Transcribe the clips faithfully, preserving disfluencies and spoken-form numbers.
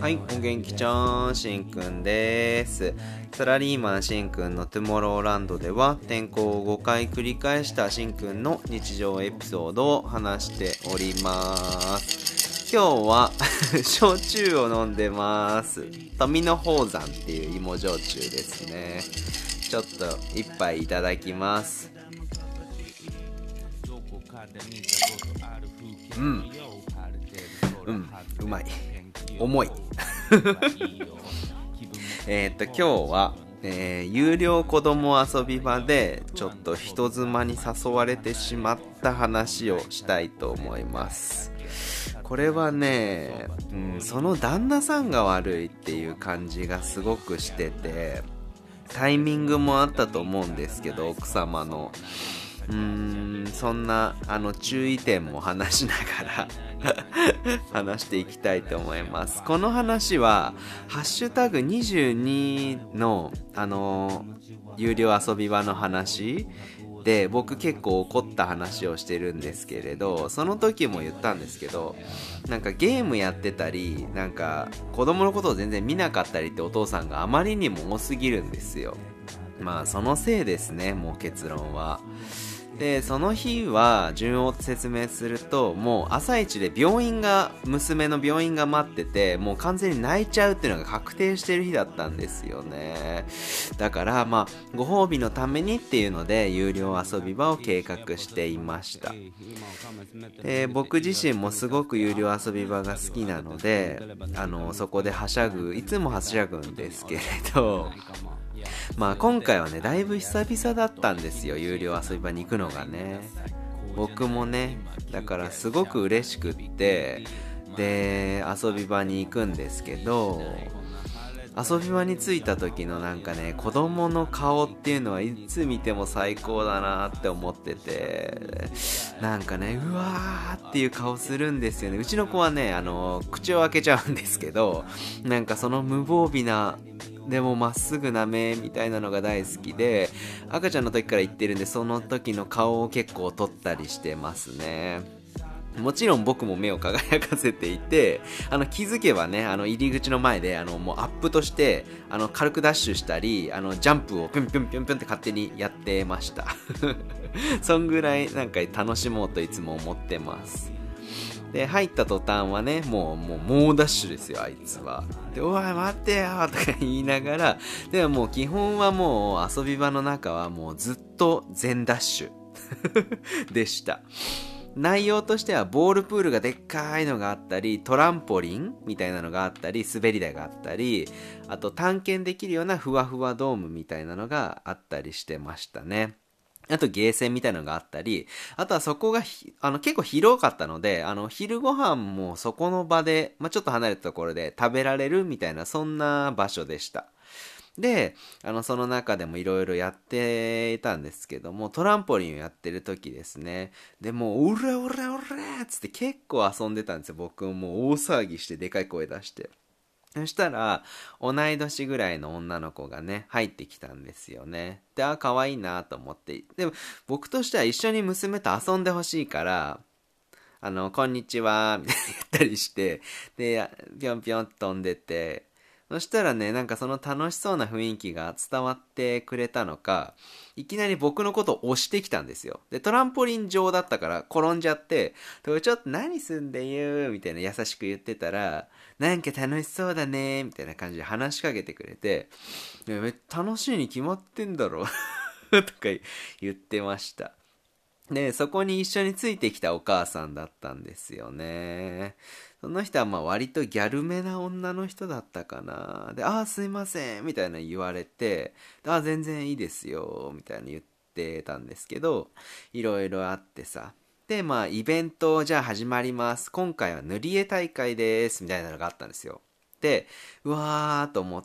はい、お元気ちゃん、しんくんです。サラリーマンしんくんのトゥモローランドでは転校をごかい繰り返したしんくんの日常エピソードを話しております。今日は焼酎を飲んでます。富の宝山っていう芋焼酎ですね。ちょっと一杯いただきます。うんうん、うまい。重いえっと今日は、えー、有料子供遊び場でちょっと人妻に誘われてしまった話をしたいと思います。これはね、うん、その旦那さんが悪いっていう感じがすごくしてて、タイミングもあったと思うんですけど、奥様のうーんそんなあの注意点も話しながら話していきたいと思います。この話はハッシュタグにじゅうにのあの有料遊び場の話で、僕結構怒った話をしてるんですけれど、その時も言ったんですけど、なんかゲームやってたり、なんか子供のことを全然見なかったりってお父さんがあまりにも多すぎるんですよ。まあそのせいですね、もう結論は。でその日は順を説明すると、もう朝一で病院が娘の病院が待ってて、もう完全に泣いちゃうっていうのが確定してる日だったんですよね。だからまあご褒美のためにっていうので有料遊び場を計画していました。で僕自身もすごく有料遊び場が好きなので、あのそこではしゃぐいつもはしゃぐんですけれど、まあ今回はねだいぶ久々だったんですよ、有料遊び場に行くのがね。僕もね、だからすごく嬉しくって、で遊び場に行くんですけど、遊び場に着いた時のなんかね、子供の顔っていうのはいつ見ても最高だなって思ってて、なんかね、うわーっていう顔するんですよね。うちの子はね、あの口を開けちゃうんですけど、なんかその無防備なでもまっすぐな目みたいなのが大好きで、赤ちゃんの時から言ってるんで、その時の顔を結構撮ったりしてますね。もちろん僕も目を輝かせていて、あの気づけばね、あの入り口の前であのもうアップとしてあの軽くダッシュしたり、あのジャンプをピュンピュンピュンピュンって勝手にやってましたそんぐらいなんか楽しもうといつも思ってます。で入った途端はね、もうもう猛ダッシュですよ、あいつは。で、おい待ってよとか言いながら、でももう基本はもう遊び場の中はもうずっと全ダッシュでした。内容としてはボールプールがでっかいのがあったり、トランポリンみたいなのがあったり、滑り台があったり、あと探検できるようなふわふわドームみたいなのがあったりしてましたね。あとゲーセンみたいなのがあったり、あとはそこがあの結構広かったので、あの昼ご飯もそこの場で、まあ、ちょっと離れたところで食べられるみたいな、そんな場所でした。で、あのその中でもいろいろやっていたんですけども、トランポリンをやってる時ですね。でもう、うらうらうらっつって結構遊んでたんですよ。僕もう大騒ぎしてでかい声出して。そしたら同い年ぐらいの女の子がね入ってきたんですよね。で、あ、可愛いなと思って、でも僕としては一緒に娘と遊んでほしいから、あのこんにちはみたいな言ったりして、でぴょんぴょん飛んでて、そしたらね、なんかその楽しそうな雰囲気が伝わってくれたのか、いきなり僕のことを押してきたんですよ。で、トランポリン上だったから転んじゃって、ちょっと何すんだよみたいな優しく言ってたら、なんか楽しそうだねみたいな感じで話しかけてくれて、楽しいに決まってんだろとか言ってました。で、そこに一緒についてきたお母さんだったんですよね。その人はまあ割とギャルめな女の人だったかな。で、ああすいませんみたいな言われて、ああ全然いいですよみたいな言ってたんですけど、いろいろあってさ。で、まあイベントじゃあ始まります。今回は塗り絵大会ですみたいなのがあったんですよ。で、うわーと思って、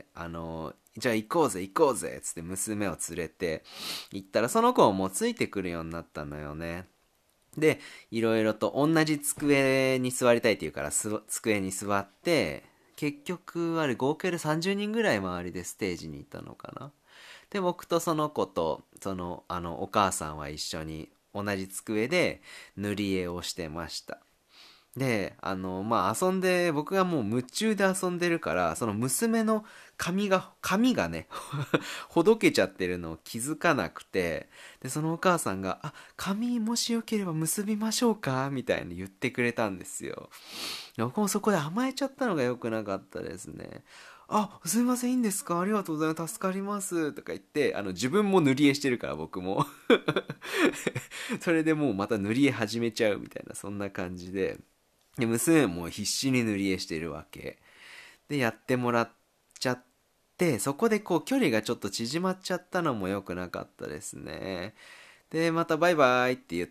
あの、じゃあ行こうぜ行こうぜっつって娘を連れて行ったら、その子ももうついてくるようになったのよね。で、いろいろと同じ机に座りたいって言うからす机に座って、結局あれ合計でさんじゅうにんぐらい周りでステージに行ったのかな。で、僕とその子とそのあのお母さんは一緒に同じ机で塗り絵をしてました。 で、あの、まあ、遊んで、僕がもう夢中で遊んでるから、その娘の髪が、髪がね、ほどけちゃってるのを気づかなくて、で、そのお母さんが、あ、髪もしよければ結びましょうかみたいに言ってくれたんですよ。僕もそこで甘えちゃったのが良くなかったですね。あ、すいません、いいんですか、ありがとうございます。助かります。とか言って、あの、自分も塗り絵してるから、僕も。それでもうまた塗り絵始めちゃうみたいな、そんな感じで。で、娘も必死に塗り絵してるわけ。で、やってもらっちゃって、そこでこう、距離がちょっと縮まっちゃったのも良くなかったですね。で、またバイバイって言って、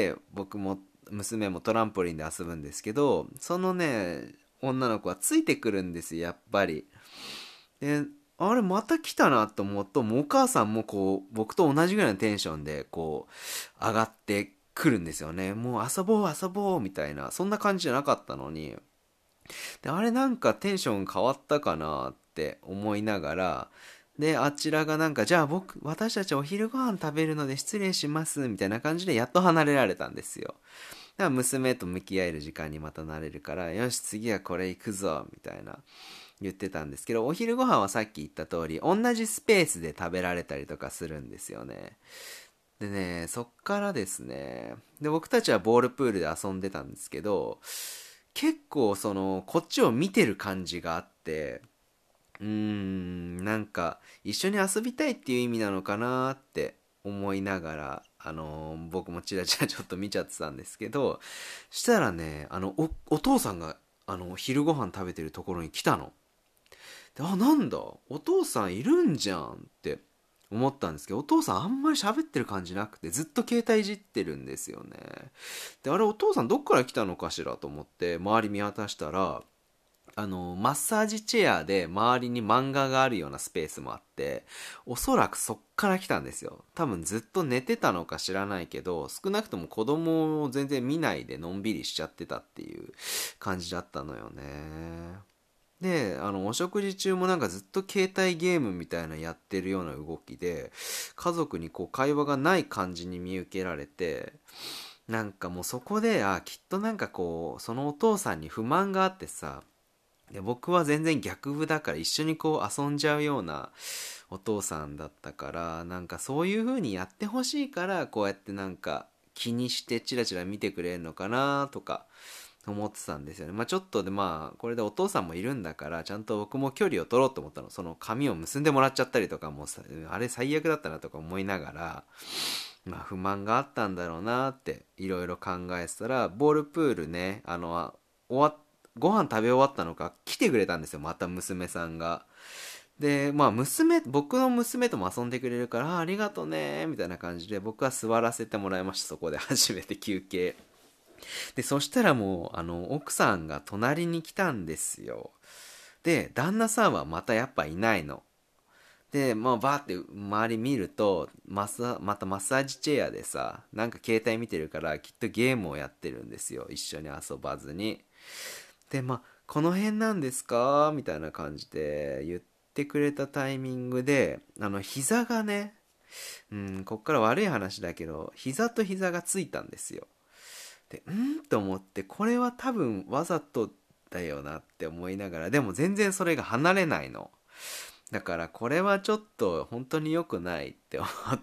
僕も娘もトランポリンで遊ぶんですけど、そのね、女の子はついてくるんですよ、やっぱり。で、あれまた来たなと思うと、もうお母さんもこう、僕と同じぐらいのテンションで、こう、上がってくるんですよね。もう遊ぼう遊ぼうみたいな、そんな感じじゃなかったのに。で、あれなんかテンション変わったかなって思いながら、で、あちらがなんか、じゃあ僕、私たちお昼ご飯食べるので失礼します、みたいな感じでやっと離れられたんですよ。だから娘と向き合える時間にまたなれるから、よし、次はこれ行くぞ、みたいな言ってたんですけど、お昼ご飯はさっき言った通り、同じスペースで食べられたりとかするんですよね。でね、そっからですね、で、僕たちはボールプールで遊んでたんですけど、結構その、こっちを見てる感じがあって、うーん、なんか、一緒に遊びたいっていう意味なのかなって思いながら、あのー僕もチラチラちょっと見ちゃってたんですけど、したらね、あの、お、お父さんが、あの、昼ご飯食べてるところに来たの。で、あ、なんだ、お父さんいるんじゃんって思ったんですけど、お父さんあんまり喋ってる感じなくて、ずっと携帯いじってるんですよね。で、あれ、お父さんどっから来たのかしらと思って、周り見渡したら、あの、マッサージチェアで周りに漫画があるようなスペースもあって、おそらくそっから来たんですよ。多分ずっと寝てたのか知らないけど、少なくとも子供を全然見ないでのんびりしちゃってたっていう感じだったのよね。で、あの、お食事中もなんかずっと携帯ゲームみたいなやってるような動きで、家族にこう会話がない感じに見受けられて、なんかもうそこで、あ、きっとなんかこう、そのお父さんに不満があってさ、で僕は全然逆部だから一緒にこう遊んじゃうようなお父さんだったから、なんかそういう風にやってほしいからこうやってなんか気にしてチラチラ見てくれるのかなとか思ってたんですよね。まあちょっとで、まあこれでお父さんもいるんだからちゃんと僕も距離を取ろうと思ったの。その髪を結んでもらっちゃったりとかもさ、あれ最悪だったなとか思いながら、まあ不満があったんだろうなっていろいろ考えてたら、ボールプールね、あの終わっご飯食べ終わったのか来てくれたんですよ、また娘さんが。で、まあ娘、僕の娘とも遊んでくれるから、あありがとねみたいな感じで僕は座らせてもらいました。そこで初めて休憩で、そしたらもうあの奥さんが隣に来たんですよ。で、旦那さんはまたやっぱいないの。で、まあ、バーって周り見ると、マッサ、またマッサージチェアでさ、なんか携帯見てるから、きっとゲームをやってるんですよ。一緒に遊ばずに。で、まあ、この辺なんですかみたいな感じで言ってくれたタイミングで、あの、膝がね、うん、こっから悪い話だけど、膝と膝がついたんですよ。で、んと思って、これは多分わざとだよなって思いながら、でも全然それが離れないの。だからこれはちょっと本当に良くないって思って、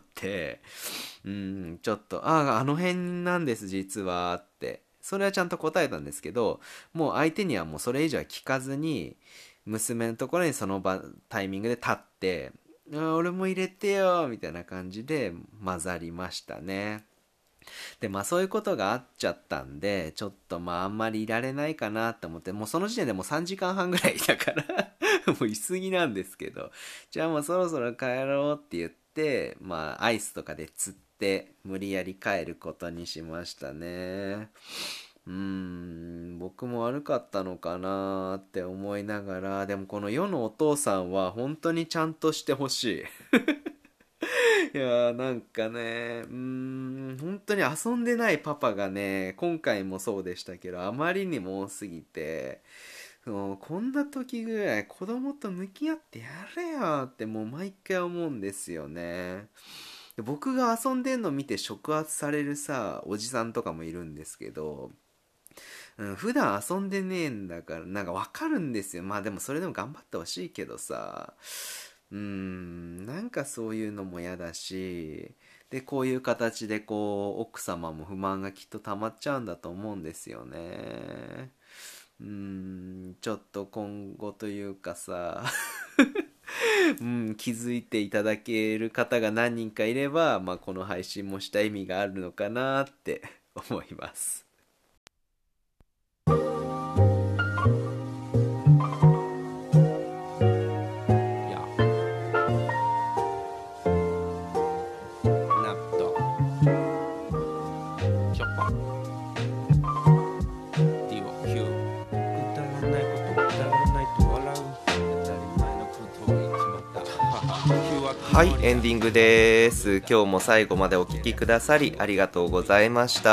うん、ちょっと、ああ、あの辺なんです実はって、それはちゃんと答えたんですけど、もう相手にはもうそれ以上は聞かずに、娘のところにその場、タイミングで立って、あ俺も入れてよみたいな感じで混ざりましたね。で、まあそういうことがあっちゃったんで、ちょっとまああんまりいられないかなって思って、もうその時点でもうさんじかんはんぐらいいたからもういすぎなんですけど、じゃあもうそろそろ帰ろうって言って、まあアイスとかで釣って無理やり帰ることにしましたね。うーん、僕も悪かったのかなって思いながら、でもこの世のお父さんは本当にちゃんとしてほしい。いやーなんかね、うーん、本当に遊んでないパパがね、今回もそうでしたけど、あまりにも多すぎて、そうこんな時ぐらい子供と向き合ってやれよってもう毎回思うんですよね。で僕が遊んでんの見て触発されるさ、おじさんとかもいるんですけど、 うん、普段遊んでねえんだから、なんかわかるんですよ。まあでもそれでも頑張ってほしいけどさ、うーん、なんかそういうのも嫌だし、で、こういう形でこう、奥様も不満がきっと溜まっちゃうんだと思うんですよね。うーん、ちょっと今後というかさ、うん、気づいていただける方が何人かいれば、まあ、この配信もした意味があるのかなって思います。いや、ナット、チョコ、ディオ、キュー。くだらないこと、くだらないと笑う。当たり前のことを言っちまった。はい、エンディングです。今日も最後までお聞きくださりありがとうございました。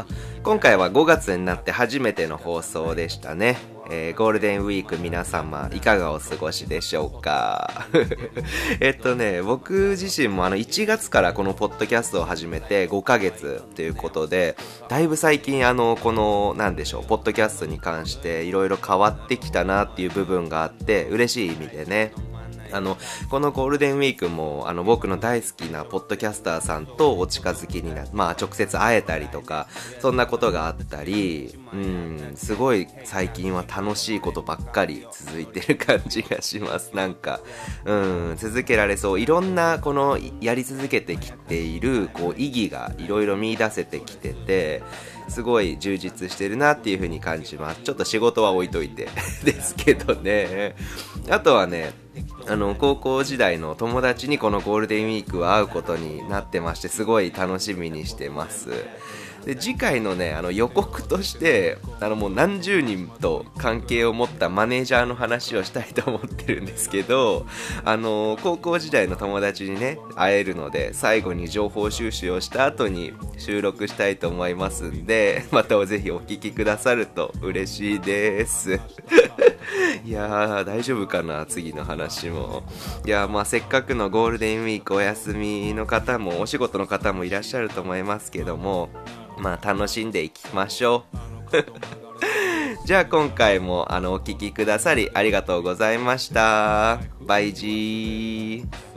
今回はごがつになって初めての放送でしたね。えー、ゴールデンウィーク皆様いかがお過ごしでしょうか。えっとね、僕自身もあのいちがつからこのポッドキャストを始めてごかげつということで、だいぶ最近あのこのなんでしょう、ポッドキャストに関していろいろ変わってきたなっていう部分があって、嬉しい意味でね、あのこのゴールデンウィークもあの僕の大好きなポッドキャスターさんとお近づきになって、まあ、直接会えたりとかそんなことがあったり、うんすごい最近は楽しいことばっかり続いてる感じがします。なんかうん続けられそう、いろんなこのやり続けてきているこう意義がいろいろ見出せてきてて、すごい充実してるなっていう風に感じます。ちょっと仕事は置いといてですけどね。あとはね、あの高校時代の友達にこのゴールデンウィークは会うことになってまして、すごい楽しみにしてます。で次回のねあの予告としてあのもう何十人と関係を持ったマネージャーの話をしたいと思ってるんですけど、あの高校時代の友達にね会えるので、最後に情報収集をした後に収録したいと思いますんで、またぜひお聞きくださると嬉しいですいやー大丈夫かな次の話も。いやーまあせっかくのゴールデンウィークお休みの方もお仕事の方もいらっしゃると思いますけども、まあ楽しんでいきましょうじゃあ今回もあのお聞きくださりありがとうございました。バイジー。